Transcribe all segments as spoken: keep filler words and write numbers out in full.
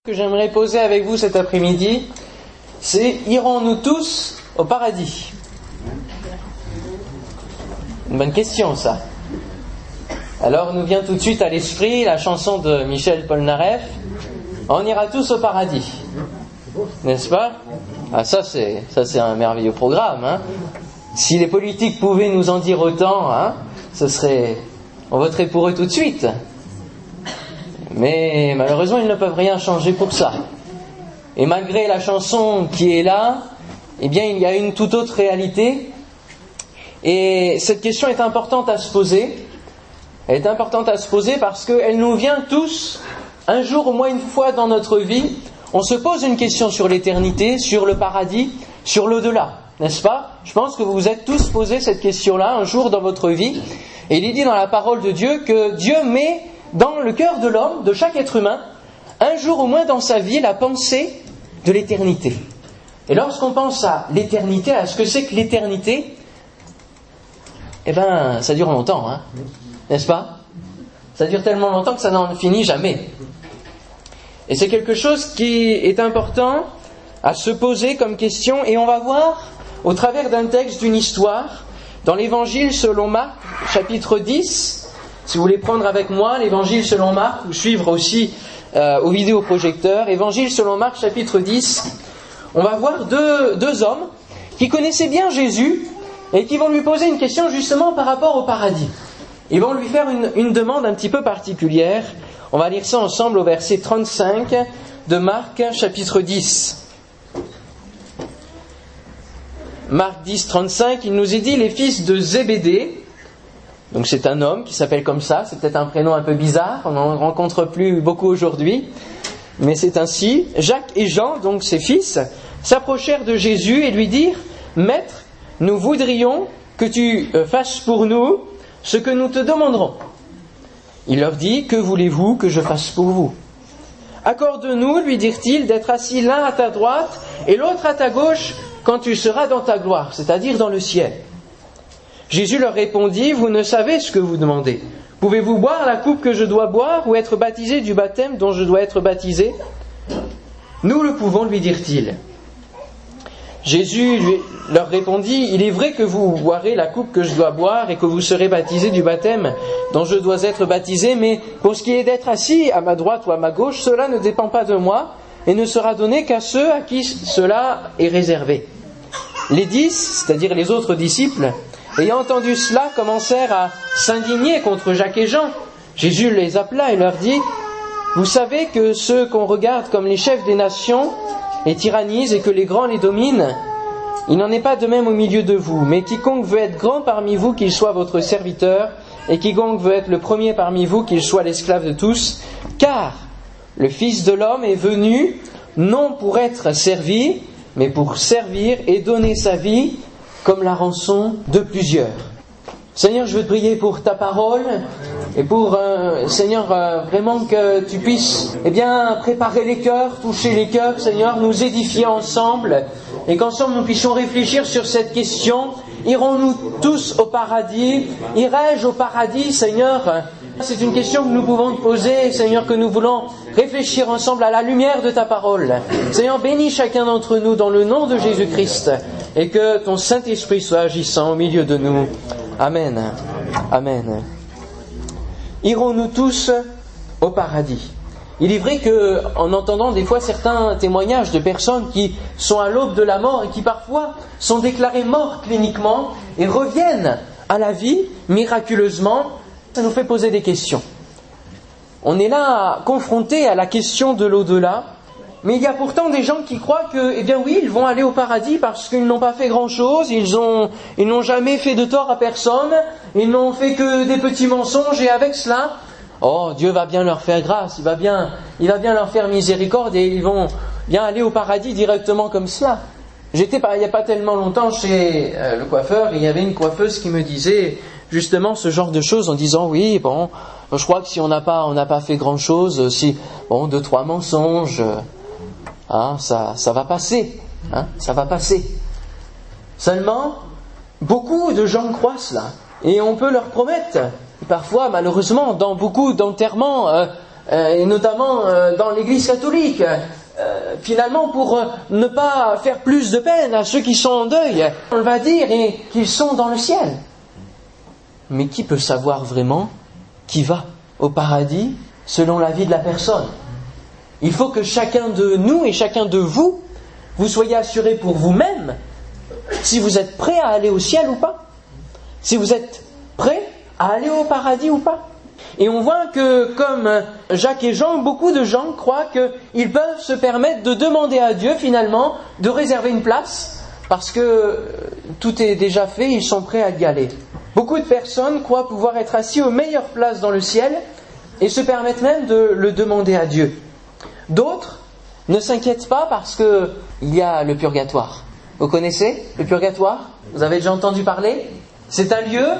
Que j'aimerais poser avec vous cet après-midi, c'est irons-nous tous au paradis? Une bonne question, ça. Alors nous vient tout de suite à l'esprit la chanson de Michel Polnareff, on ira tous au paradis, n'est-ce pas? Ah ça c'est ça c'est un merveilleux programme, hein. Si les politiques pouvaient nous en dire autant, hein, ce serait, on voterait pour eux tout de suite. Mais malheureusement, ils ne peuvent rien changer pour ça. Et malgré la chanson qui est là, eh bien, il y a une toute autre réalité. Et cette question est importante à se poser. Elle est importante à se poser parce qu'elle nous vient tous, un jour au moins une fois dans notre vie. On se pose une question sur l'éternité, sur le paradis, sur l'au-delà, n'est-ce pas? Je pense que vous vous êtes tous posé cette question-là un jour dans votre vie. Et il est dit dans la parole de Dieu que Dieu met dans le cœur de l'homme, de chaque être humain, un jour au moins dans sa vie, la pensée de l'éternité. Et lorsqu'on pense à l'éternité, à ce que c'est que l'éternité, eh ben, ça dure longtemps, hein, n'est-ce pas? Ça dure tellement longtemps que ça n'en finit jamais. Et c'est quelque chose qui est important à se poser comme question, et on va voir, au travers d'un texte, d'une histoire, dans l'Évangile selon Marc, chapitre dix. Si vous voulez prendre avec moi l'Évangile selon Marc, ou suivre aussi euh, au vidéoprojecteur, Évangile selon Marc, chapitre dix, on va voir deux, deux hommes qui connaissaient bien Jésus et qui vont lui poser une question justement par rapport au paradis. Ils vont lui faire une, une demande un petit peu particulière. On va lire ça ensemble au verset trente-cinq de Marc, chapitre dix. Marc dix, trente-cinq, il nous est dit, les fils de Zébédée. Donc c'est un homme qui s'appelle comme ça, c'est peut-être un prénom un peu bizarre, on n'en rencontre plus beaucoup aujourd'hui, mais c'est ainsi. Jacques et Jean, donc ses fils, s'approchèrent de Jésus et lui dirent, « Maître, nous voudrions que tu fasses pour nous ce que nous te demanderons. » Il leur dit, « Que voulez-vous que je fasse pour vous ? Accorde-nous, lui dirent-ils, d'être assis l'un à ta droite et l'autre à ta gauche quand tu seras dans ta gloire, c'est-à-dire dans le ciel. » Jésus leur répondit, « Vous ne savez ce que vous demandez. Pouvez-vous boire la coupe que je dois boire ou être baptisé du baptême dont je dois être baptisé ? » Nous le pouvons, lui dirent-ils. Jésus lui, leur répondit, « Il est vrai que vous boirez la coupe que je dois boire et que vous serez baptisé du baptême dont je dois être baptisé, mais pour ce qui est d'être assis à ma droite ou à ma gauche, cela ne dépend pas de moi et ne sera donné qu'à ceux à qui cela est réservé. » Les dix, c'est-à-dire les autres disciples, ayant entendu cela, commencèrent à s'indigner contre Jacques et Jean. Jésus les appela et leur dit, « Vous savez que ceux qu'on regarde comme les chefs des nations les tyrannisent et que les grands les dominent. Il n'en est pas de même au milieu de vous, mais quiconque veut être grand parmi vous, qu'il soit votre serviteur, et quiconque veut être le premier parmi vous, qu'il soit l'esclave de tous. Car le Fils de l'homme est venu, non pour être servi, mais pour servir et donner sa vie comme la rançon de plusieurs. » Seigneur, je veux te prier pour ta parole et pour, euh, Seigneur, euh, vraiment que tu puisses eh bien, préparer les cœurs, toucher les cœurs, Seigneur, nous édifier ensemble et qu'ensemble nous puissions réfléchir sur cette question. Irons-nous tous au paradis? Irai-je au paradis, Seigneur? C'est une question que nous pouvons te poser, Seigneur, que nous voulons réfléchir ensemble à la lumière de ta parole. Seigneur, bénis chacun d'entre nous dans le nom de Jésus-Christ et que ton Saint-Esprit soit agissant au milieu de nous. Amen. Amen. Irons-nous tous au paradis? Il est vrai que, en entendant des fois certains témoignages de personnes qui sont à l'aube de la mort et qui parfois sont déclarées mortes cliniquement et reviennent à la vie miraculeusement, ça nous fait poser des questions. On est là confronté à la question de l'au-delà, mais il y a pourtant des gens qui croient que, eh bien oui, ils vont aller au paradis parce qu'ils n'ont pas fait grand-chose, ils ont, ils n'ont jamais fait de tort à personne, ils n'ont fait que des petits mensonges et avec cela, oh, Dieu va bien leur faire grâce, il va bien, il va bien leur faire miséricorde et ils vont bien aller au paradis directement comme cela. J'étais il n'y a pas tellement longtemps chez euh, le coiffeur et il y avait une coiffeuse qui me disait justement ce genre de choses en disant oui, bon, je crois que si on n'a pas, on n'a pas fait grand-chose, si, bon, deux, trois mensonges, hein, ça, ça va passer, hein, ça va passer. Seulement, beaucoup de gens croient cela et on peut leur promettre. Parfois, malheureusement, dans beaucoup d'enterrements, euh, euh, et notamment euh, dans l'Église catholique, euh, finalement pour euh, ne pas faire plus de peine à ceux qui sont en deuil, on va dire et qu'ils sont dans le ciel. Mais qui peut savoir vraiment qui va au paradis selon la vie de la personne? Il faut que chacun de nous et chacun de vous, vous soyez assurés pour vous-même si vous êtes prêt à aller au ciel ou pas. Si vous êtes prêt à aller au paradis ou pas. Et on voit que, comme Jacques et Jean, beaucoup de gens croient qu'ils peuvent se permettre de demander à Dieu, finalement, de réserver une place, parce que tout est déjà fait, ils sont prêts à y aller. Beaucoup de personnes croient pouvoir être assis aux meilleures places dans le ciel, et se permettent même de le demander à Dieu. D'autres ne s'inquiètent pas parce qu'il y a le purgatoire. Vous connaissez le purgatoire? Vous avez déjà entendu parler? C'est un lieu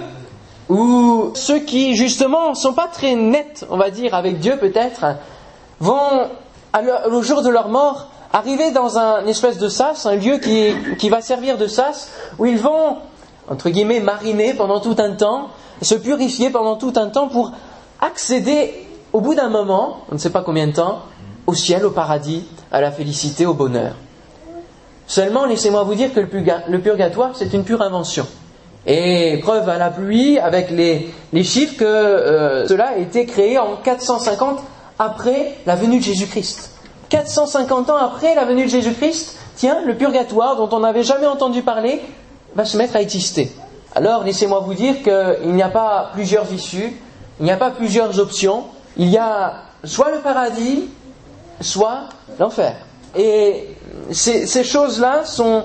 où ceux qui, justement, ne sont pas très nets, on va dire, avec Dieu peut-être, vont, au jour de leur mort, arriver dans un espèce de sas, un lieu qui, qui va servir de sas, où ils vont, entre guillemets, mariner pendant tout un temps, se purifier pendant tout un temps pour accéder, au bout d'un moment, on ne sait pas combien de temps, au ciel, au paradis, à la félicité, au bonheur. Seulement, laissez-moi vous dire que le purgatoire, c'est une pure invention. Et preuve à la pluie avec les, les chiffres que euh, cela a été créé en quatre cent cinquante après la venue de Jésus-Christ. quatre cent cinquante ans après la venue de Jésus-Christ, tiens, le purgatoire dont on n'avait jamais entendu parler va se mettre à exister. Alors laissez-moi vous dire qu'il n'y a pas plusieurs issues, il n'y a pas plusieurs options, il y a soit le paradis, soit l'enfer. Et ces, ces choses-là sont,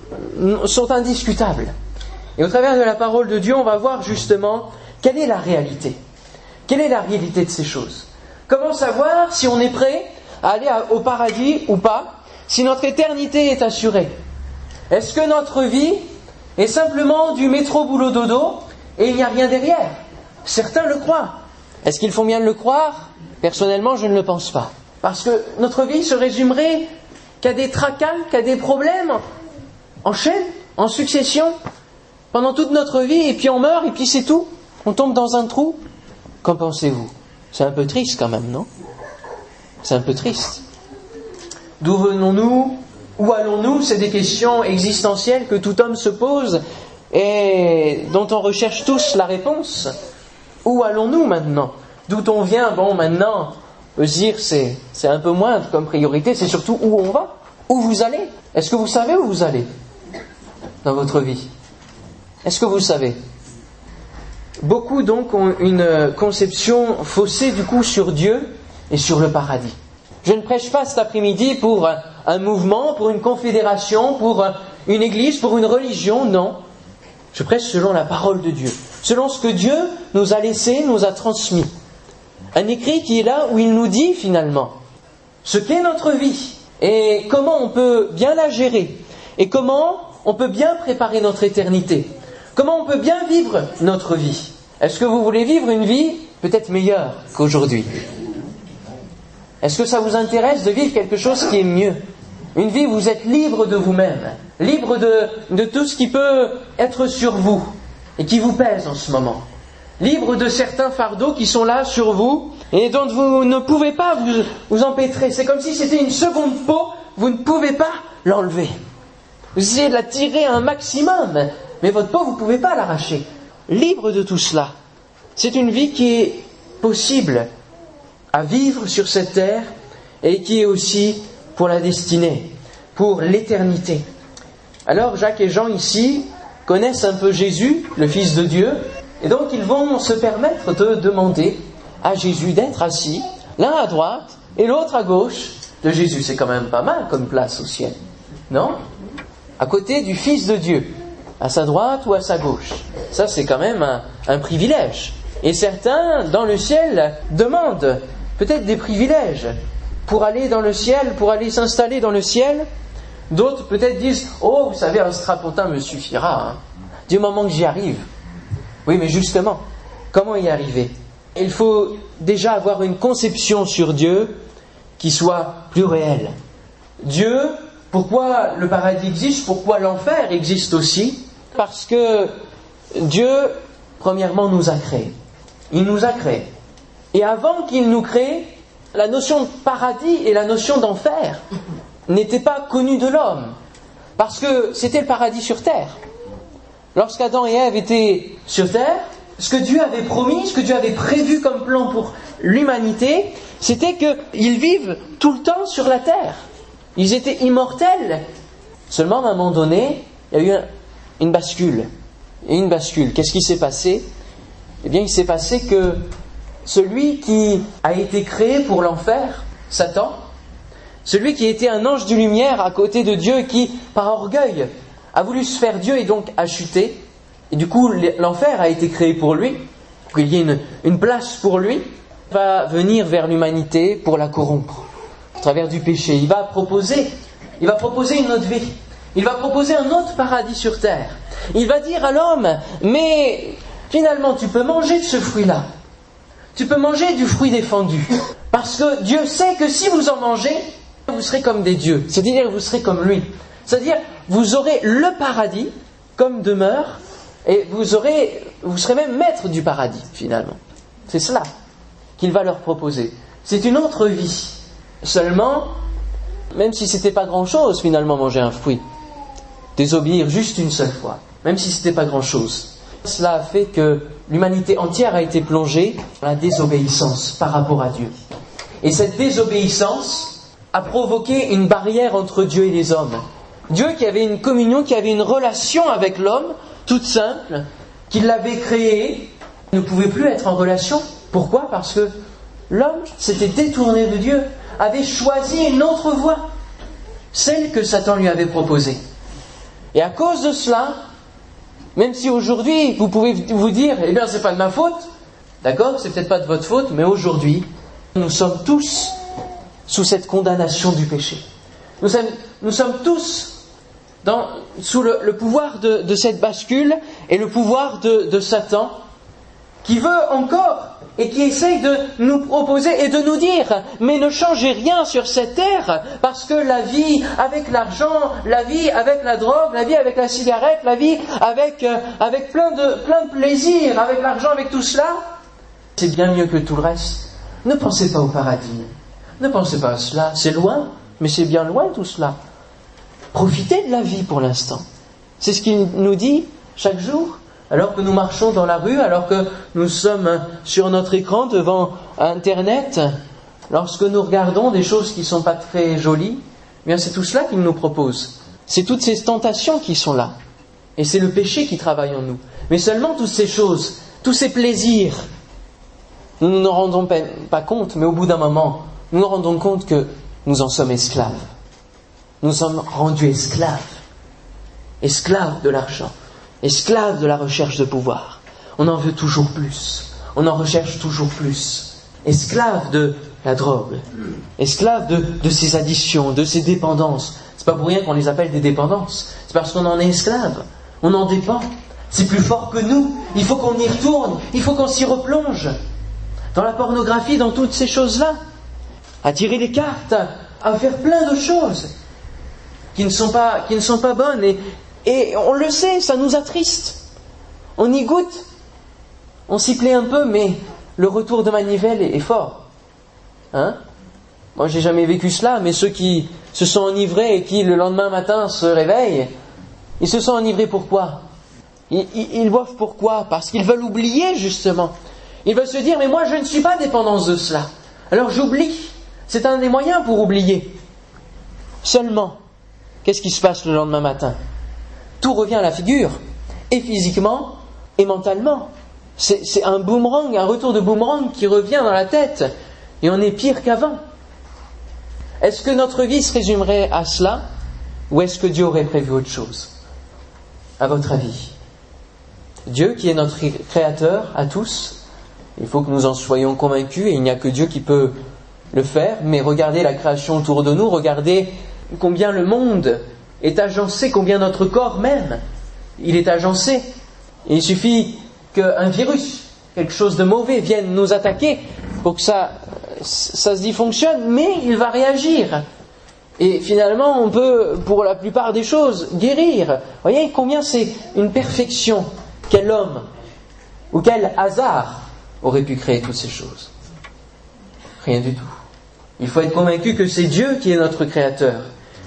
sont indiscutables. Et au travers de la parole de Dieu, on va voir justement quelle est la réalité. Quelle est la réalité de ces choses? Comment savoir si on est prêt à aller au paradis ou pas, si notre éternité est assurée? Est-ce que notre vie est simplement du métro boulot dodo et il n'y a rien derrière? Certains le croient. Est-ce qu'ils font bien de le croire? Personnellement, je ne le pense pas. Parce que notre vie se résumerait qu'à des tracas, qu'à des problèmes en chaîne, en succession, pendant toute notre vie, et puis on meurt, et puis c'est tout. On tombe dans un trou. Qu'en pensez-vous? C'est un peu triste quand même, non? C'est un peu triste. D'où venons-nous? Où allons-nous? C'est des questions existentielles que tout homme se pose et dont on recherche tous la réponse. Où allons-nous maintenant? D'où on vient? Bon, maintenant, on peut se dire c'est, c'est un peu moindre comme priorité, c'est surtout où on va. Où vous allez? Est-ce que vous savez où vous allez dans votre vie? Est-ce que vous savez? Beaucoup donc ont une conception faussée du coup sur Dieu et sur le paradis. Je ne prêche pas cet après-midi pour un mouvement, pour une confédération, pour une église, pour une religion, non. Je prêche selon la parole de Dieu, selon ce que Dieu nous a laissé, nous a transmis. Un écrit qui est là où il nous dit finalement ce qu'est notre vie et comment on peut bien la gérer et comment on peut bien préparer notre éternité. Comment on peut bien vivre notre vie? Est-ce que vous voulez vivre une vie peut-être meilleure qu'aujourd'hui? Est-ce que ça vous intéresse de vivre quelque chose qui est mieux? Une vie où vous êtes libre de vous-même, libre de, de tout ce qui peut être sur vous et qui vous pèse en ce moment. Libre de certains fardeaux qui sont là sur vous et dont vous ne pouvez pas vous, vous empêtrer. C'est comme si c'était une seconde peau, vous ne pouvez pas l'enlever. Vous essayez de la tirer un maximum, mais votre peau, vous ne pouvez pas l'arracher. Libre de tout cela. C'est une vie qui est possible à vivre sur cette terre et qui est aussi pour la destinée, pour l'éternité. Alors Jacques et Jean ici connaissent un peu Jésus, le Fils de Dieu, et donc ils vont se permettre de demander à Jésus d'être assis, l'un à droite et l'autre à gauche de Jésus. C'est quand même pas mal comme place au ciel, non? À côté du Fils de Dieu, à sa droite ou à sa gauche. Ça, c'est quand même un, un privilège. Et certains, dans le ciel, demandent peut-être des privilèges pour aller dans le ciel, pour aller s'installer dans le ciel. D'autres peut-être disent « Oh, vous savez, un strapontin me suffira, hein, du moment que j'y arrive. » Oui, mais justement, comment y arriver? Il faut déjà avoir une conception sur Dieu qui soit plus réelle. Dieu, pourquoi le paradis existe? Pourquoi l'enfer existe aussi? Parce que Dieu, premièrement, nous a créés. Il nous a créés. Et avant qu'il nous crée, la notion de paradis et la notion d'enfer n'étaient pas connues de l'homme, parce que c'était le paradis sur terre. Lorsqu'Adam et Ève étaient sur terre, ce que Dieu avait promis, ce que Dieu avait prévu comme plan pour l'humanité, c'était qu'ils vivent tout le temps sur la terre. Ils étaient immortels. Seulement, à un moment donné, il y a eu une bascule. Et une bascule. Qu'est-ce qui s'est passé ? Eh bien, il s'est passé que celui qui a été créé pour l'enfer, Satan, celui qui était un ange de lumière à côté de Dieu et qui, par orgueil, a voulu se faire Dieu et donc a chuté, et du coup l'enfer a été créé pour lui, pour qu'il y ait une, une place pour lui, va venir vers l'humanité pour la corrompre, à travers du péché. Il va proposer, il va proposer une autre vie, il va proposer un autre paradis sur terre. Il va dire à l'homme, mais finalement tu peux manger de ce fruit-là, tu peux manger du fruit défendu, parce que Dieu sait que si vous en mangez, vous serez comme des dieux, c'est-à-dire vous serez comme lui. C'est-à-dire, vous aurez le paradis comme demeure, et vous aurez, vous serez même maître du paradis, finalement. C'est cela qu'il va leur proposer. C'est une autre vie. Seulement, même si c'était pas grand-chose, finalement, manger un fruit, désobéir juste une seule fois, même si c'était pas grand-chose, cela a fait que l'humanité entière a été plongée dans la désobéissance par rapport à Dieu. Et cette désobéissance a provoqué une barrière entre Dieu et les hommes. Dieu qui avait une communion, qui avait une relation avec l'homme, toute simple, qui l'avait créé, ne pouvait plus être en relation. Pourquoi ? Parce que l'homme s'était détourné de Dieu, avait choisi une autre voie, celle que Satan lui avait proposée. Et à cause de cela, même si aujourd'hui vous pouvez vous dire, eh bien c'est pas de ma faute, d'accord, c'est peut-être pas de votre faute, mais aujourd'hui, nous sommes tous sous cette condamnation du péché. Nous sommes, nous sommes tous dans, sous le, le pouvoir de, de cette bascule et le pouvoir de, de Satan, qui veut encore et qui essaye de nous proposer et de nous dire « Mais ne changez rien sur cette terre, parce que la vie avec l'argent, la vie avec la drogue, la vie avec la cigarette, la vie avec, euh, avec plein de, plein de plaisirs, avec l'argent, avec tout cela, c'est bien mieux que tout le reste. Ne pensez pas au paradis. Ne pensez pas à cela. C'est loin, mais c'est bien loin tout cela. Profitez de la vie pour l'instant. » C'est ce qu'il nous dit chaque jour. Alors que nous marchons dans la rue, alors que nous sommes sur notre écran devant Internet, lorsque nous regardons des choses qui ne sont pas très jolies, eh bien c'est tout cela qu'il nous propose. C'est toutes ces tentations qui sont là. Et c'est le péché qui travaille en nous. Mais seulement toutes ces choses, tous ces plaisirs, nous ne nous rendons pas compte, mais au bout d'un moment, nous nous rendons compte que nous en sommes esclaves. Nous sommes rendus esclaves. Esclaves de l'argent. Esclaves de la recherche de pouvoir. On en veut toujours plus. On en recherche toujours plus. Esclaves de la drogue. Esclaves de, de ces addictions, de ces dépendances. C'est pas pour rien qu'on les appelle des dépendances. C'est parce qu'on en est esclave. On en dépend. C'est plus fort que nous. Il faut qu'on y retourne. Il faut qu'on s'y replonge. Dans la pornographie, dans toutes ces choses-là. À tirer les cartes, à faire plein de choses qui ne sont pas, qui ne sont pas bonnes. Et, Et on le sait, ça nous attriste. On y goûte, on s'y plaît un peu, mais le retour de manivelle est, est fort. Hein ? Moi, j'ai jamais vécu cela, mais ceux qui se sont enivrés et qui, le lendemain matin, se réveillent, ils se sont enivrés pourquoi ? ils, ils, ils boivent pourquoi ? Parce qu'ils veulent oublier, justement. Ils veulent se dire, mais moi, je ne suis pas dépendant de cela. Alors j'oublie. C'est un des moyens pour oublier. Seulement, qu'est-ce qui se passe le lendemain matin ? Tout revient à la figure, et physiquement, et mentalement. C'est, c'est un boomerang, un retour de boomerang qui revient dans la tête, et on est pire qu'avant. Est-ce que notre vie se résumerait à cela, ou est-ce que Dieu aurait prévu autre chose ? À votre avis ? Dieu, qui est notre Créateur à tous, il faut que nous en soyons convaincus, et il n'y a que Dieu qui peut le faire, mais regardez la création autour de nous, regardez combien le monde est agencé, combien notre corps même, il est agencé. Et il suffit qu'un virus, quelque chose de mauvais vienne nous attaquer pour que ça, ça se dysfonctionne, mais il va réagir. Et finalement, on peut, pour la plupart des choses, guérir. Voyez combien c'est une perfection. Quel homme ou quel hasard aurait pu créer toutes ces choses ? Rien du tout. Il faut être convaincu que c'est Dieu qui est notre Créateur.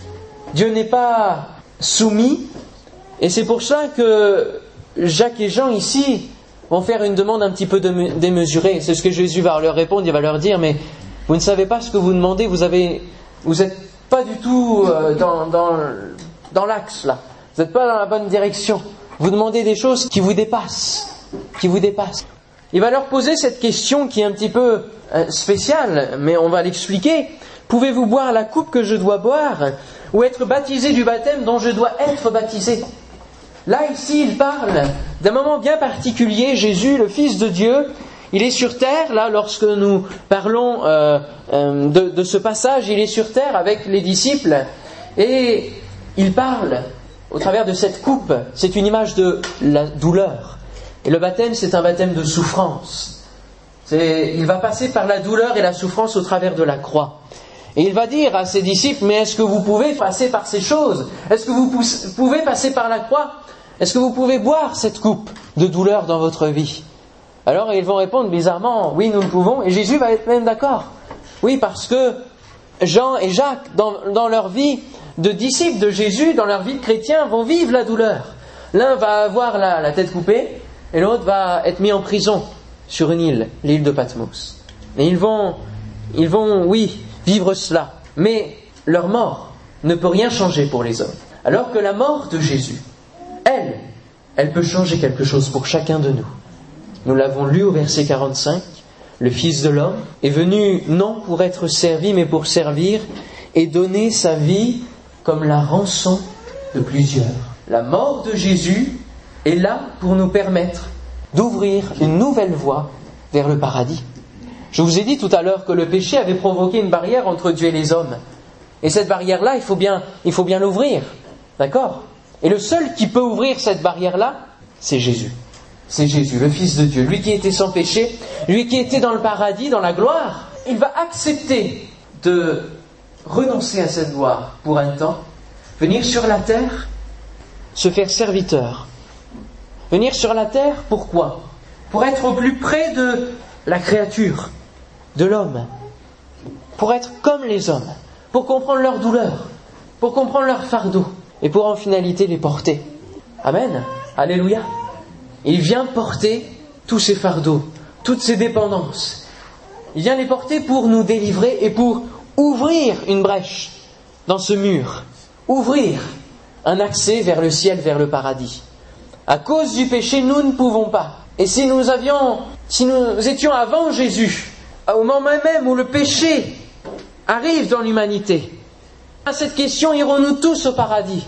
Dieu n'est pas soumis, et c'est pour ça que Jacques et Jean ici vont faire une demande un petit peu démesurée. C'est ce que Jésus va leur répondre, il va leur dire, mais vous ne savez pas ce que vous demandez, vous avez, vous n'êtes pas du tout dans, dans, dans l'axe là, vous n'êtes pas dans la bonne direction. Vous demandez des choses qui vous dépassent, qui vous dépassent. Il va leur poser cette question qui est un petit peu spéciale, mais on va l'expliquer. Pouvez-vous boire la coupe que je dois boire, ou être baptisé du baptême dont je dois être baptisé? Là, ici, il parle d'un moment bien particulier. Jésus, le Fils de Dieu, il est sur terre. Là, lorsque nous parlons euh, euh, de, de ce passage, il est sur terre avec les disciples, et il parle au travers de cette coupe. C'est une image de la douleur. Et le baptême, c'est un baptême de souffrance. C'est, il va passer par la douleur et la souffrance au travers de la croix. Et il va dire à ses disciples, mais est-ce que vous pouvez passer par ces choses? Est-ce que vous pouvez passer par la croix? Est-ce que vous pouvez boire cette coupe de douleur dans votre vie? Alors ils vont répondre bizarrement, oui, nous le pouvons. Et Jésus va être même d'accord. Oui, parce que Jean et Jacques, dans, dans leur vie de disciples de Jésus, dans leur vie de chrétiens, vont vivre la douleur. L'un va avoir la, la tête coupée, et l'autre va être mis en prison sur une île, l'île de Patmos. Et ils vont, ils vont, oui, vivre cela. Mais leur mort ne peut rien changer pour les hommes. Alors que la mort de Jésus, elle, elle peut changer quelque chose pour chacun de nous. Nous l'avons lu au verset quarante-cinq. Le Fils de l'homme est venu non pour être servi, mais pour servir et donner sa vie comme la rançon de plusieurs. La mort de Jésus est là pour nous permettre d'ouvrir une nouvelle voie vers le paradis. Je vous ai dit tout à l'heure que le péché avait provoqué une barrière entre Dieu et les hommes. Et cette barrière-là, il faut bien, il faut bien l'ouvrir. D'accord ? Et le seul qui peut ouvrir cette barrière-là, c'est Jésus. C'est Jésus, le Fils de Dieu. Lui qui était sans péché, lui qui était dans le paradis, dans la gloire. Il va accepter de renoncer à cette gloire pour un temps, venir sur la terre, se faire serviteur. Venir sur la terre, pourquoi ? Pour être au plus près de la créature, de l'homme. Pour être comme les hommes. Pour comprendre leur douleur. Pour comprendre leur fardeau. Et pour en finalité les porter. Amen. Alléluia. Il vient porter tous ces fardeaux, toutes ces dépendances. Il vient les porter pour nous délivrer et pour ouvrir une brèche dans ce mur. Ouvrir un accès vers le ciel, vers le paradis. À cause du péché, nous ne pouvons pas. Et si nous avions, si nous étions avant Jésus, au moment même où le péché arrive dans l'humanité, à cette question, irons-nous tous au paradis?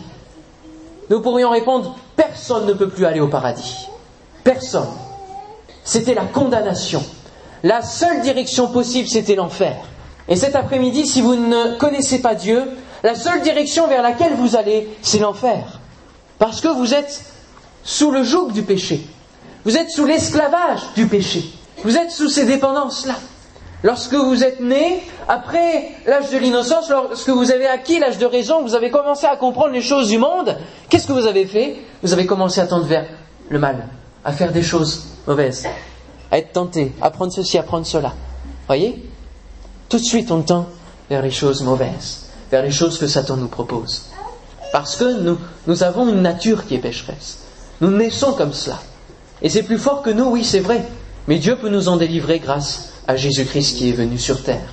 Nous pourrions répondre, personne ne peut plus aller au paradis. Personne. C'était la condamnation. La seule direction possible, c'était l'enfer. Et cet après-midi, si vous ne connaissez pas Dieu, la seule direction vers laquelle vous allez, c'est l'enfer. Parce que vous êtes sous le joug du péché. Vous êtes sous l'esclavage du péché. Vous êtes sous ces dépendances-là. Lorsque vous êtes né, après l'âge de l'innocence, lorsque vous avez acquis l'âge de raison, vous avez commencé à comprendre les choses du monde, qu'est-ce que vous avez fait? Vous avez commencé à tendre vers le mal, à faire des choses mauvaises, à être tenté, à prendre ceci, à prendre cela. Voyez? Tout de suite, on tend vers les choses mauvaises, vers les choses que Satan nous propose. Parce que nous, nous avons une nature qui est pécheresse. Nous naissons comme cela. Et c'est plus fort que nous, oui, c'est vrai. Mais Dieu peut nous en délivrer grâce à Jésus-Christ qui est venu sur terre.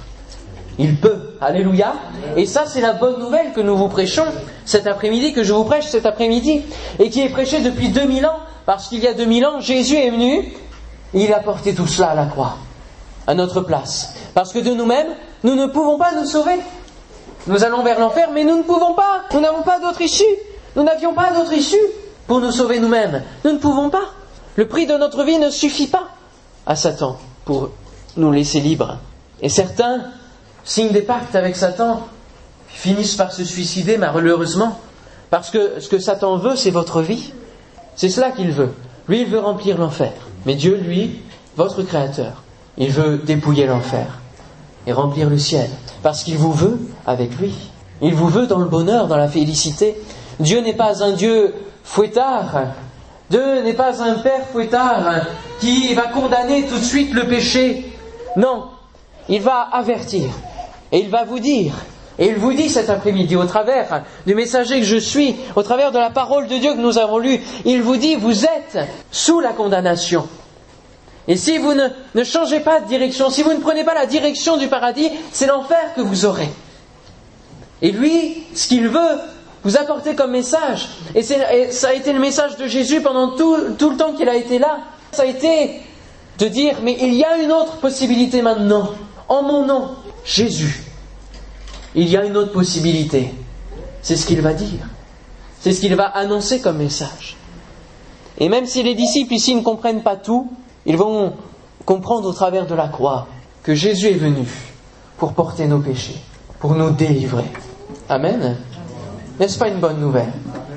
Il peut. Alléluia. Et ça, c'est la bonne nouvelle que nous vous prêchons cet après-midi, que je vous prêche cet après-midi, et qui est prêchée depuis deux mille ans, parce qu'il y a deux mille ans, Jésus est venu, et il a porté tout cela à la croix, à notre place. Parce que de nous-mêmes, nous ne pouvons pas nous sauver. Nous allons vers l'enfer, mais nous ne pouvons pas. Nous n'avons pas d'autre issue. Nous n'avions pas d'autre issue pour nous sauver nous-mêmes. Nous ne pouvons pas. Le prix de notre vie ne suffit pas à Satan pour nous laisser libres. Et certains signent des pactes avec Satan, finissent par se suicider malheureusement, parce que ce que Satan veut, c'est votre vie. C'est cela qu'il veut. Lui, il veut remplir l'enfer. Mais Dieu, lui, votre Créateur, il veut dépouiller l'enfer et remplir le ciel, parce qu'il vous veut avec lui. Il vous veut dans le bonheur, dans la félicité. Dieu n'est pas un Dieu fouettard. Dieu n'est pas un Père fouettard qui va condamner tout de suite le péché. Non, il va avertir. Et il va vous dire, et il vous dit cet après-midi, au travers du messager que je suis, au travers de la parole de Dieu que nous avons lue, il vous dit, vous êtes sous la condamnation. Et si vous ne, ne changez pas de direction, si vous ne prenez pas la direction du paradis, c'est l'enfer que vous aurez. Et lui, ce qu'il veut vous apporter comme message, et, c'est, et ça a été le message de Jésus pendant tout, tout le temps qu'il a été là, ça a été de dire, mais il y a une autre possibilité maintenant, en mon nom, Jésus. Il y a une autre possibilité. C'est ce qu'il va dire. C'est ce qu'il va annoncer comme message. Et même si les disciples ici ne comprennent pas tout, ils vont comprendre au travers de la croix que Jésus est venu pour porter nos péchés, pour nous délivrer. Amen. N'est-ce pas une bonne nouvelle?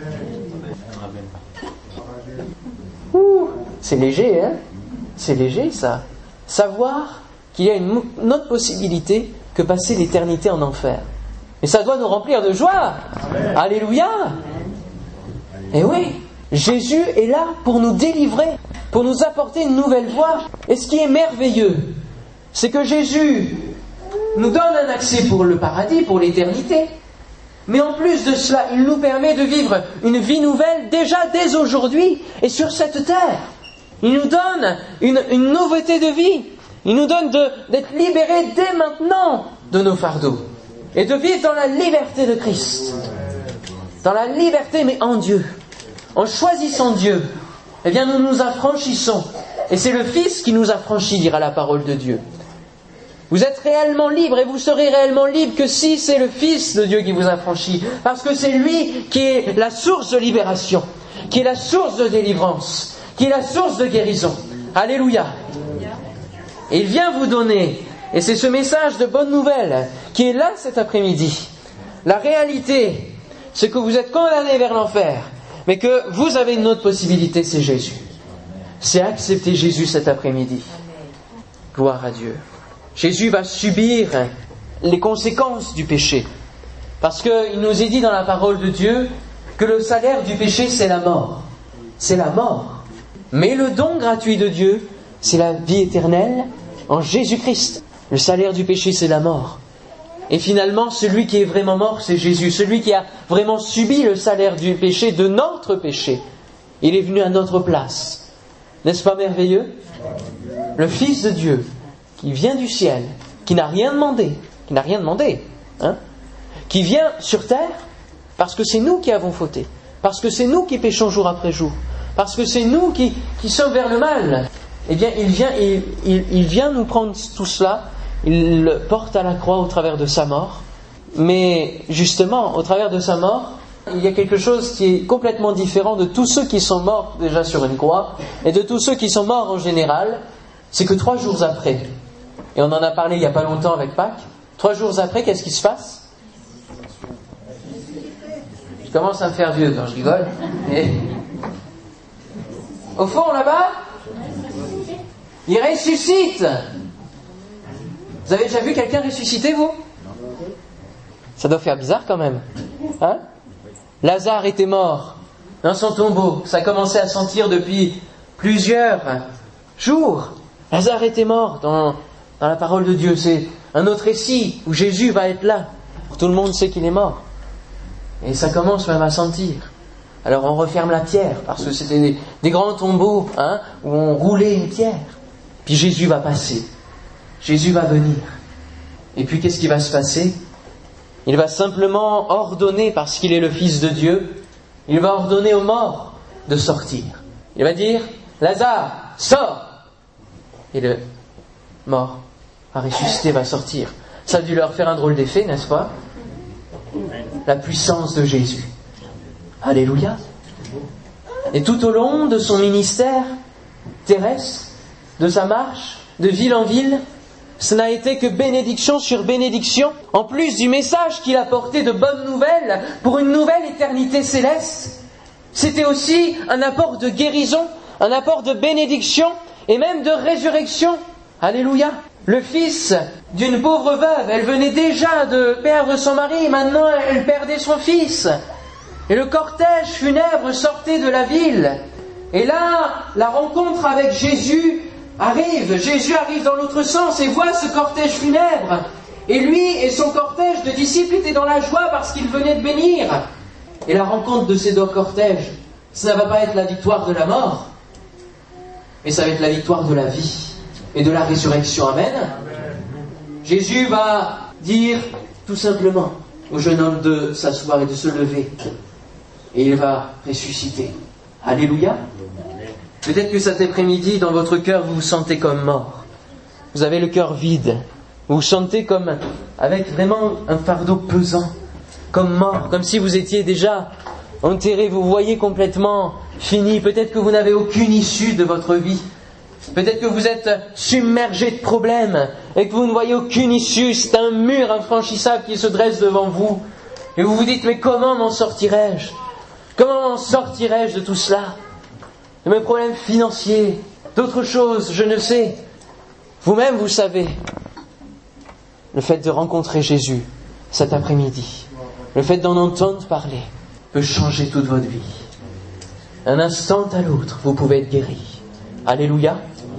Ouh, c'est léger, hein? C'est léger, ça. Savoir qu'il y a une, une autre possibilité que passer l'éternité en enfer. Et ça doit nous remplir de joie. Amen. Alléluia. Et oui, Jésus est là pour nous délivrer, pour nous apporter une nouvelle voie. Et ce qui est merveilleux, c'est que Jésus nous donne un accès pour le paradis, pour l'éternité. Mais en plus de cela, il nous permet de vivre une vie nouvelle déjà dès aujourd'hui et sur cette terre. Il nous donne une, une nouveauté de vie. Il nous donne de, d'être libérés dès maintenant de nos fardeaux et de vivre dans la liberté de Christ. Dans la liberté, mais en Dieu. En choisissant Dieu, eh bien nous nous affranchissons. Et c'est le Fils qui nous affranchit, dira la parole de Dieu. Vous êtes réellement libre et vous serez réellement libre que si c'est le Fils de Dieu qui vous affranchit. Parce que c'est lui qui est la source de libération, qui est la source de délivrance, qui est la source de guérison. Alléluia. Et il vient vous donner, et c'est ce message de bonne nouvelle qui est là cet après-midi. La réalité, c'est que vous êtes condamnés vers l'enfer, mais que vous avez une autre possibilité, c'est Jésus. C'est accepter Jésus cet après-midi. Gloire à Dieu. Jésus va subir les conséquences du péché. Parce qu'il nous est dit dans la parole de Dieu que le salaire du péché, c'est la mort. C'est la mort. Mais le don gratuit de Dieu, c'est la vie éternelle en Jésus-Christ. Le salaire du péché, c'est la mort. Et finalement, celui qui est vraiment mort, c'est Jésus. Celui qui a vraiment subi le salaire du péché, de notre péché. Il est venu à notre place. N'est-ce pas merveilleux? Le Fils de Dieu, qui vient du ciel, qui n'a rien demandé, qui n'a rien demandé, hein, qui vient sur terre, parce que c'est nous qui avons fauté, parce que c'est nous qui péchons jour après jour, parce que c'est nous qui, qui sommes vers le mal. Eh bien, il vient, il, il, il vient nous prendre tout cela, il le porte à la croix au travers de sa mort. Mais justement, au travers de sa mort, il y a quelque chose qui est complètement différent de tous ceux qui sont morts déjà sur une croix et de tous ceux qui sont morts en général. C'est que trois jours après, et on en a parlé il n'y a pas longtemps avec Pâques, trois jours après, qu'est-ce qui se passe? Je commence à me faire vieux quand je rigole. Et... au fond, là-bas, il ressuscite. Vous avez déjà vu quelqu'un ressusciter, vous? Ça doit faire bizarre quand même. Hein? Lazare était mort dans son tombeau. Ça commençait à sentir depuis plusieurs jours. Lazare était mort dans, dans la parole de Dieu. C'est un autre récit où Jésus va être là. Tout le monde sait qu'il est mort. Et ça commence même à sentir. Alors on referme la pierre, parce que c'était des, des grands tombeaux, hein, où on roulait une pierre. Puis Jésus va passer. Jésus va venir. Et puis qu'est-ce qui va se passer? Il va simplement ordonner, parce qu'il est le Fils de Dieu, il va ordonner aux morts de sortir. Il va dire, Lazare, sors! Et le mort à ressusciter va sortir. Ça a dû leur faire un drôle d'effet, n'est-ce pas? La puissance de Jésus. Alléluia. Et tout au long de son ministère terrestre, de sa marche, de ville en ville, ce n'a été que bénédiction sur bénédiction, en plus du message qu'il a porté de bonnes nouvelles pour une nouvelle éternité céleste. C'était aussi un apport de guérison, un apport de bénédiction et même de résurrection. Alléluia. Le fils d'une pauvre veuve, elle venait déjà de perdre son mari, maintenant elle perdait son fils. Et le cortège funèbre sortait de la ville. Et là, la rencontre avec Jésus arrive. Jésus arrive dans l'autre sens et voit ce cortège funèbre. Et lui et son cortège de disciples étaient dans la joie parce qu'ils venaient de bénir. Et la rencontre de ces deux cortèges, ça ne va pas être la victoire de la mort, mais ça va être la victoire de la vie et de la résurrection. Amen. Jésus va dire tout simplement au jeune homme de s'asseoir et de se lever. Et il va ressusciter. Alléluia. Peut-être que cet après-midi, dans votre cœur, vous vous sentez comme mort. Vous avez le cœur vide. Vous vous sentez comme avec vraiment un fardeau pesant. Comme mort. Comme si vous étiez déjà enterré. Vous voyez complètement fini. Peut-être que vous n'avez aucune issue de votre vie. Peut-être que vous êtes submergé de problèmes et que vous ne voyez aucune issue. C'est un mur infranchissable qui se dresse devant vous. Et vous vous dites, mais comment m'en sortirai-je ? Comment m'en sortirai-je de tout cela ? De mes problèmes financiers, d'autres choses, je ne sais. Vous-même, vous savez. Le fait de rencontrer Jésus cet après-midi, le fait d'en entendre parler, peut changer toute votre vie. Un instant à l'autre, vous pouvez être guéri. Alléluia.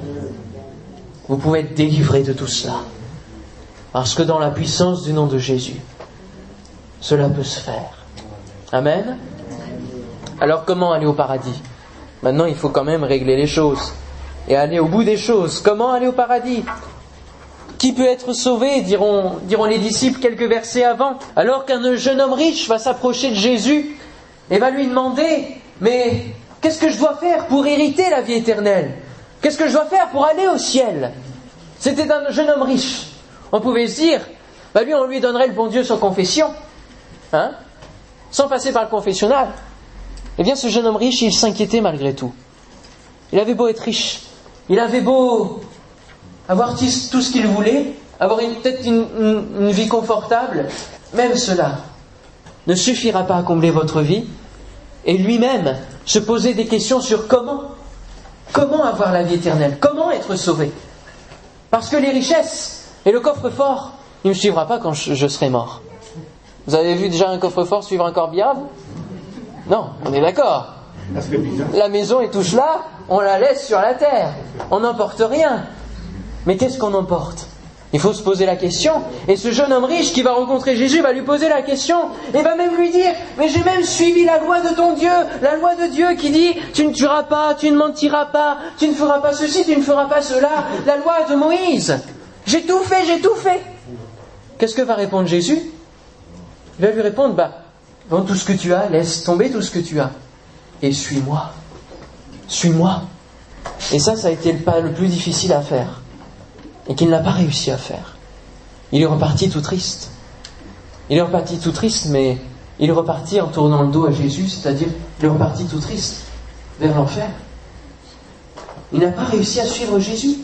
Vous pouvez être délivré de tout cela. Parce que dans la puissance du nom de Jésus, cela peut se faire. Amen. Alors comment aller au paradis ? Maintenant, il faut quand même régler les choses et aller au bout des choses. Comment aller au paradis ? Qui peut être sauvé, diront, diront les disciples quelques versets avant, alors qu'un jeune homme riche va s'approcher de Jésus et va lui demander, mais qu'est-ce que je dois faire pour hériter la vie éternelle ? Qu'est-ce que je dois faire pour aller au ciel ? C'était un jeune homme riche. On pouvait se dire, bah lui, on lui donnerait le bon Dieu sans confession, hein, sans passer par le confessionnal. Eh bien, ce jeune homme riche, il s'inquiétait malgré tout. Il avait beau être riche, il avait beau avoir tout ce qu'il voulait, avoir une, peut-être une, une, une vie confortable, même cela ne suffira pas à combler votre vie. Et lui-même se posait des questions sur comment, comment avoir la vie éternelle, comment être sauvé. Parce que les richesses et le coffre-fort, il ne me suivra pas quand je, je serai mort. Vous avez vu déjà un coffre-fort suivre un corbillard ? Non, on est d'accord. La maison est touche là, on la laisse sur la terre. On n'emporte rien. Mais qu'est-ce qu'on emporte ? Il faut se poser la question. Et ce jeune homme riche qui va rencontrer Jésus va lui poser la question et va même lui dire, mais j'ai même suivi la loi de ton Dieu, la loi de Dieu qui dit, tu ne tueras pas, tu ne mentiras pas, tu ne feras pas ceci, tu ne feras pas cela, la loi de Moïse. J'ai tout fait, j'ai tout fait. Qu'est-ce que va répondre Jésus ? Il va lui répondre, bah, vends tout ce que tu as, laisse tomber tout ce que tu as et suis-moi. Suis-moi. Et ça, ça a été le pas le plus difficile à faire. Et qu'il n'a pas réussi à faire. Il est reparti tout triste. Il est reparti tout triste, mais il est reparti en tournant le dos à Jésus, c'est-à-dire, il est reparti tout triste vers l'enfer. Il n'a pas réussi à suivre Jésus.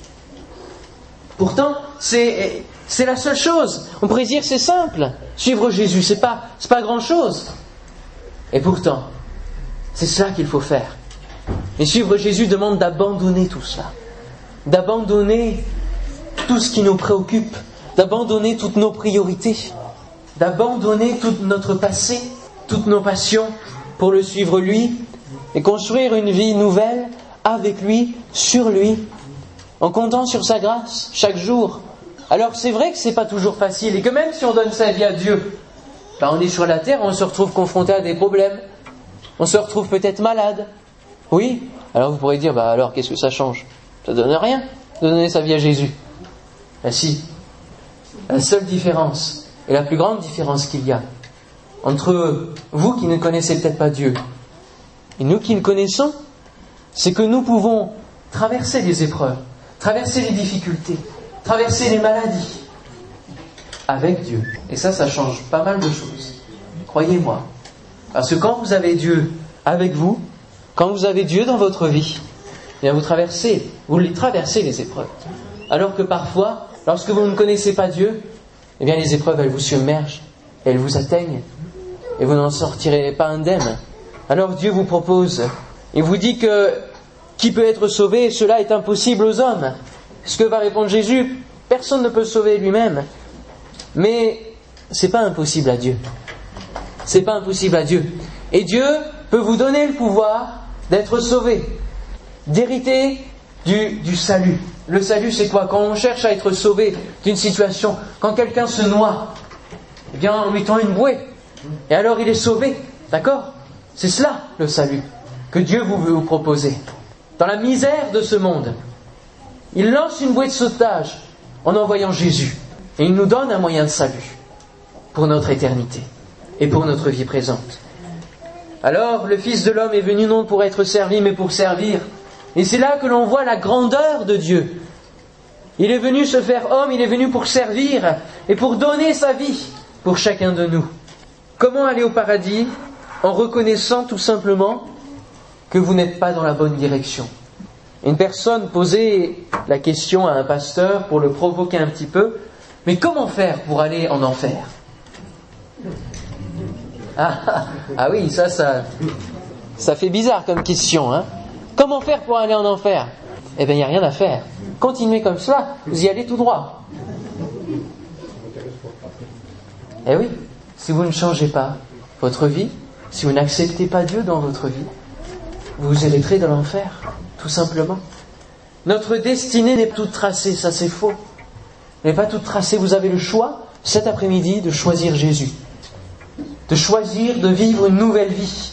Pourtant, c'est, c'est la seule chose. On pourrait dire c'est simple. Suivre Jésus, c'est pas, c'est pas grand-chose. Et pourtant, c'est cela qu'il faut faire. Et suivre Jésus demande d'abandonner tout cela. D'abandonner tout ce qui nous préoccupe, d'abandonner toutes nos priorités, d'abandonner tout notre passé, toutes nos passions pour le suivre lui et construire une vie nouvelle avec lui, sur lui, en comptant sur sa grâce chaque jour. Alors c'est vrai que c'est pas toujours facile et que même si on donne sa vie à Dieu, ben on est sur la terre, on se retrouve confronté à des problèmes, on se retrouve peut-être malade. Oui, alors vous pourrez dire, bah alors qu'est-ce que ça change ? Ça donne rien de donner sa vie à Jésus. Ben si, la seule différence, et la plus grande différence qu'il y a, entre vous qui ne connaissez peut-être pas Dieu, et nous qui le connaissons, c'est que nous pouvons traverser les épreuves, traverser les difficultés, traverser les maladies, avec Dieu. Et ça, ça change pas mal de choses. Croyez-moi. Parce que quand vous avez Dieu avec vous, quand vous avez Dieu dans votre vie, eh bien vous traversez, vous les traversez les épreuves. Alors que parfois, lorsque vous ne connaissez pas Dieu, eh bien les épreuves, elles vous submergent, elles vous atteignent, et vous n'en sortirez pas indemne. Alors Dieu vous propose, il vous dit que qui peut être sauvé, cela est impossible aux hommes. Ce que va répondre Jésus, personne ne peut se sauver lui-même. Mais c'est pas impossible à Dieu. C'est pas impossible à Dieu. Et Dieu peut vous donner le pouvoir d'être sauvé, d'hériter du, du salut, Le salut, c'est quoi? Quand on cherche à être sauvé d'une situation, quand quelqu'un se noie, eh bien, en mettant une bouée, et alors il est sauvé, d'accord? C'est cela, le salut, que Dieu vous veut vous proposer. Dans la misère de ce monde, il lance une bouée de sauvetage en envoyant Jésus, et il nous donne un moyen de salut pour notre éternité et pour notre vie présente. Alors, le Fils de l'homme est venu non pour être servi, mais pour servir. Et c'est là que l'on voit la grandeur de Dieu. Il est venu se faire homme, il est venu pour servir et pour donner sa vie pour chacun de nous. Comment aller au paradis? En reconnaissant tout simplement que vous n'êtes pas dans la bonne direction. Une personne posait la question à un pasteur pour le provoquer un petit peu, mais comment faire pour aller en enfer? Ah, ah, ah oui, ça, ça, ça fait bizarre comme question, hein? Comment faire pour aller en enfer? Eh bien, il n'y a rien à faire. Continuez comme cela, vous y allez tout droit. Eh oui, si vous ne changez pas votre vie, si vous n'acceptez pas Dieu dans votre vie, vous hériterez de l'enfer, tout simplement. Notre destinée n'est pas toute tracée, ça c'est faux. Elle n'est pas toute tracée, vous avez le choix, cet après-midi, de choisir Jésus. De choisir de vivre une nouvelle vie.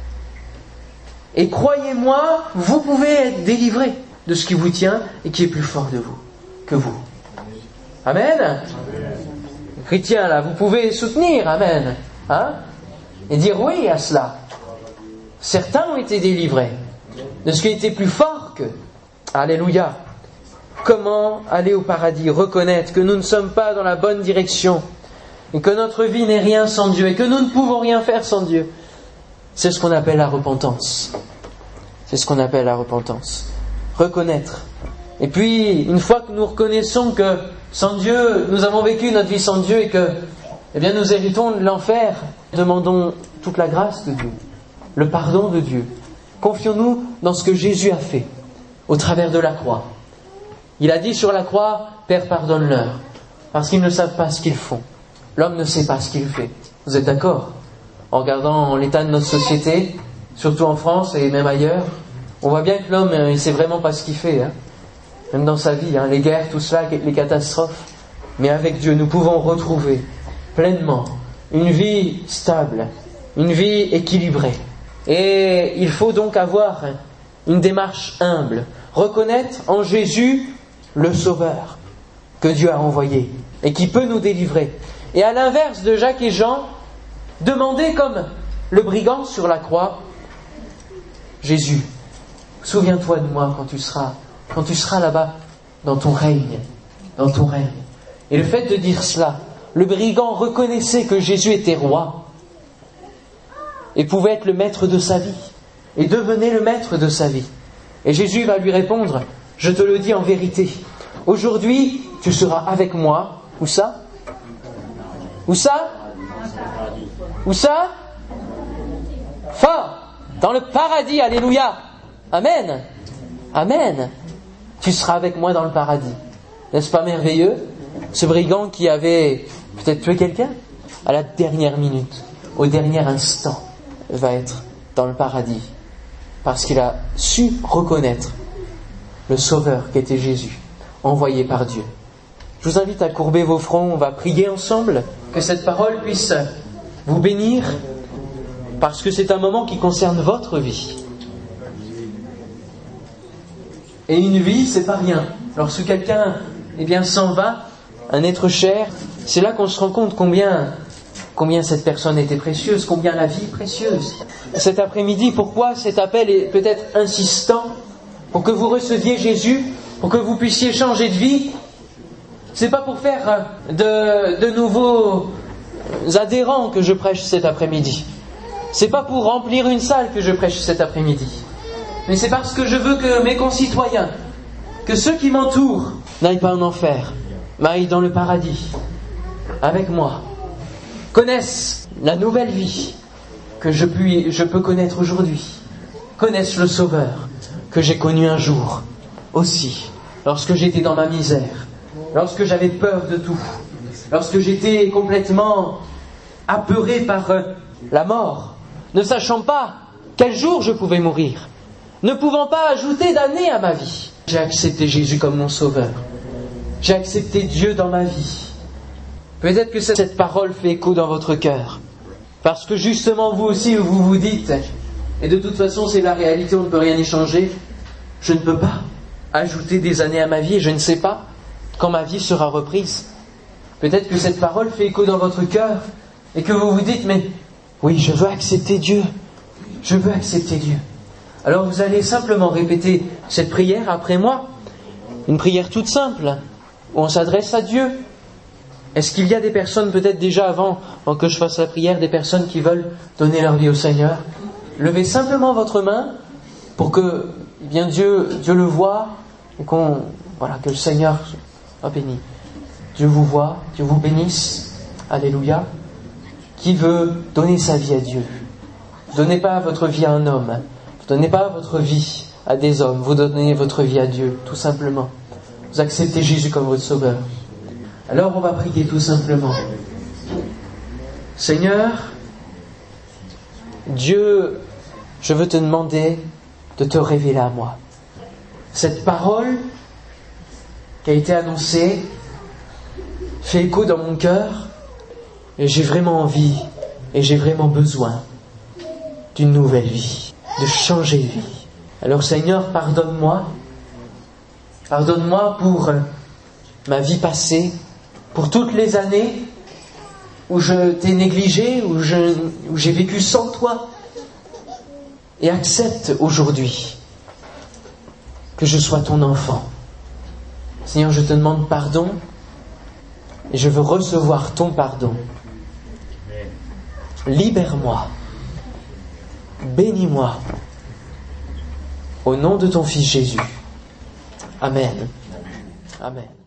Et croyez-moi, vous pouvez être délivré de ce qui vous tient et qui est plus fort de vous que vous. Amen. Chrétiens, là, vous pouvez soutenir, amen, hein, et dire oui à cela. Certains ont été délivrés de ce qui était plus fort que. Alléluia. Comment aller au paradis? Reconnaître que nous ne sommes pas dans la bonne direction et que notre vie n'est rien sans Dieu et que nous ne pouvons rien faire sans Dieu. C'est ce qu'on appelle la repentance. C'est ce qu'on appelle la repentance. Reconnaître. Et puis, une fois que nous reconnaissons que sans Dieu, nous avons vécu notre vie sans Dieu et que, eh bien, nous héritons de l'enfer, demandons toute la grâce de Dieu, le pardon de Dieu. Confions-nous dans ce que Jésus a fait au travers de la croix. Il a dit sur la croix, Père, pardonne-leur, parce qu'ils ne savent pas ce qu'ils font. L'homme ne sait pas ce qu'il fait. Vous êtes d'accord? En regardant l'état de notre société, surtout en France et même ailleurs, on voit bien que l'homme, il ne sait vraiment pas ce qu'il fait, hein. Même dans sa vie, hein, les guerres, tout cela, les catastrophes. Mais avec Dieu, nous pouvons retrouver pleinement une vie stable, une vie équilibrée. Et il faut donc avoir une démarche humble, reconnaître en Jésus le Sauveur que Dieu a envoyé et qui peut nous délivrer. Et à l'inverse de Jacques et Jean, demander comme le brigand sur la croix, Jésus, souviens-toi de moi quand tu seras, quand tu seras là-bas dans ton règne, dans ton règne. Et le fait de dire cela, le brigand reconnaissait que Jésus était roi et pouvait être le maître de sa vie et devenait le maître de sa vie. Et Jésus va lui répondre, je te le dis en vérité, aujourd'hui tu seras avec moi. Où ça? Où ça? Où ça? Fort! Dans le paradis, alléluia! Amen! Amen! Tu seras avec moi dans le paradis. N'est-ce pas merveilleux? Ce brigand qui avait peut-être tué quelqu'un, à la dernière minute, au dernier instant, va être dans le paradis. Parce qu'il a su reconnaître le Sauveur qui était Jésus, envoyé par Dieu. Je vous invite à courber vos fronts, on va prier ensemble, que cette parole puisse vous bénir, parce que c'est un moment qui concerne votre vie. Et une vie, c'est pas rien. Lorsque quelqu'un, eh bien, s'en va, un être cher, c'est là qu'on se rend compte combien, combien cette personne était précieuse, combien la vie est précieuse. Cet après-midi, pourquoi cet appel est peut-être insistant, pour que vous receviez Jésus, pour que vous puissiez changer de vie. C'est pas pour faire de, de nouveaux adhérents que je prêche cet après-midi. C'est pas pour remplir une salle que je prêche cet après-midi. Mais c'est parce que je veux que mes concitoyens, que ceux qui m'entourent, n'aillent pas en enfer, mais aillent dans le paradis, avec moi, connaissent la nouvelle vie que je, puis, je peux connaître aujourd'hui, connaissent le Sauveur que j'ai connu un jour aussi, lorsque j'étais dans ma misère, lorsque j'avais peur de tout, lorsque j'étais complètement apeuré par la mort, ne sachant pas quel jour je pouvais mourir, ne pouvant pas ajouter d'années à ma vie. J'ai accepté Jésus comme mon sauveur. J'ai accepté Dieu dans ma vie. Peut-être que cette parole fait écho dans votre cœur. Parce que justement, vous aussi, vous vous dites, et de toute façon, c'est la réalité, on ne peut rien y changer, je ne peux pas ajouter des années à ma vie et je ne sais pas quand ma vie sera reprise. Peut-être que cette parole fait écho dans votre cœur et que vous vous dites, mais oui, je veux accepter Dieu. Je veux accepter Dieu. Alors vous allez simplement répéter cette prière après moi. Une prière toute simple, où on s'adresse à Dieu. Est-ce qu'il y a des personnes, peut-être déjà avant, avant que je fasse la prière, des personnes qui veulent donner leur vie au Seigneur? Levez simplement votre main pour que eh bien Dieu, Dieu le voie et qu'on, voilà, que le Seigneur soit béni. Dieu vous voit, Dieu vous bénisse. Alléluia. Qui veut donner sa vie à Dieu? Ne donnez pas votre vie à un homme. Ne donnez pas votre vie à des hommes. Vous donnez votre vie à Dieu, tout simplement. Vous acceptez Jésus comme votre sauveur. Alors on va prier tout simplement. Seigneur, Dieu, je veux te demander de te révéler à moi. Cette parole qui a été annoncée fait écho dans mon cœur et j'ai vraiment envie et j'ai vraiment besoin d'une nouvelle vie, de changer de vie. Alors Seigneur, pardonne-moi. Pardonne-moi pour ma vie passée, pour toutes les années où je t'ai négligé, où, je, où j'ai vécu sans toi. Et accepte aujourd'hui que je sois ton enfant. Seigneur, je te demande pardon et je veux recevoir ton pardon. Libère-moi. Bénis-moi. Au nom de ton Fils Jésus. Amen. Amen.